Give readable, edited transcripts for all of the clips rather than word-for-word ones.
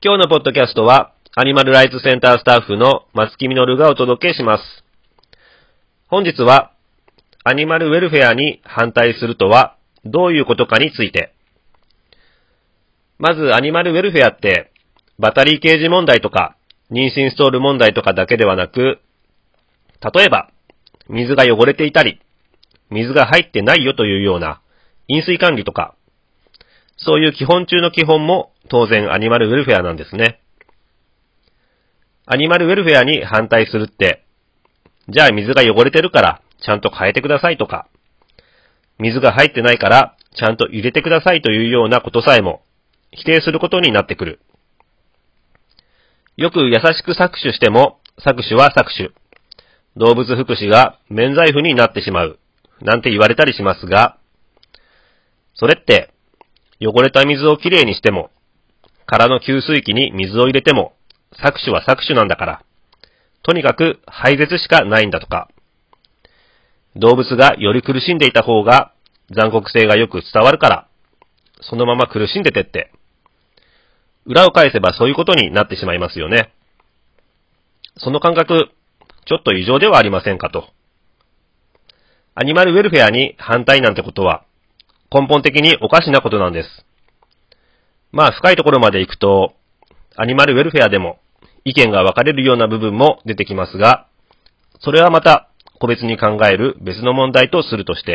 今日のポッドキャストはアニマルライツセンタースタッフの松木みのるがお届けします。本日はアニマルウェルフェアに反対するとはどういうことかについて。まずアニマルウェルフェアってバタリーケージ問題とか妊娠ストール問題とかだけではなく、例えば水が汚れていたり水が入ってないよというような飲水管理とか、そういう基本中の基本も当然アニマルウェルフェアなんですね。アニマルウェルフェアに反対するって、じゃあ水が汚れてるからちゃんと変えてくださいとか、水が入ってないからちゃんと入れてくださいというようなことさえも否定することになってくる。よく優しく搾取しても搾取は搾取。動物福祉が免罪符になってしまう。なんて言われたりしますが、それって汚れた水をきれいにしても、空の給水器に水を入れても、搾取は搾取なんだから、とにかく排泄しかないんだとか、動物がより苦しんでいた方が残酷性がよく伝わるから、そのまま苦しんでてって、裏を返せばそういうことになってしまいますよね。その感覚、ちょっと異常ではありませんかと。アニマルウェルフェアに反対なんてことは、根本的におかしなことなんです。まあ深いところまで行くと、アニマルウェルフェアでも意見が分かれるような部分も出てきますが、それはまた個別に考える別の問題とするとして、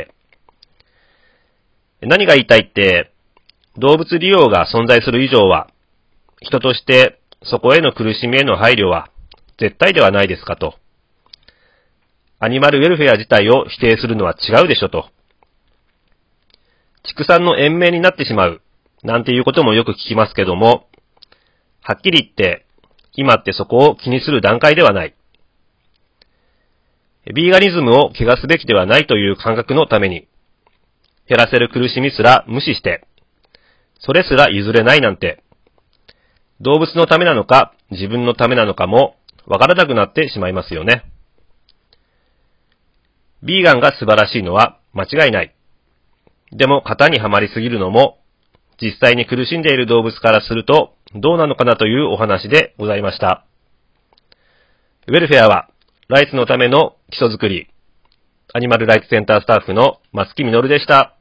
何が言いたいって、動物利用が存在する以上は、人としてそこへの苦しみへの配慮は絶対ではないですかと。アニマルウェルフェア自体を否定するのは違うでしょと。畜産の延命になってしまう、なんていうこともよく聞きますけども、はっきり言って、今ってそこを気にする段階ではない。ビーガニズムを汚すべきではないという感覚のために、減らせる苦しみすら無視して、それすら譲れないなんて、動物のためなのか自分のためなのかもわからなくなってしまいますよね。ビーガンが素晴らしいのは間違いない。でも型にはまりすぎるのも、実際に苦しんでいる動物からするとどうなのかなというお話でございました。ウェルフェアはライツのための基礎づくり、アニマルライツセンタースタッフの松木みのるでした。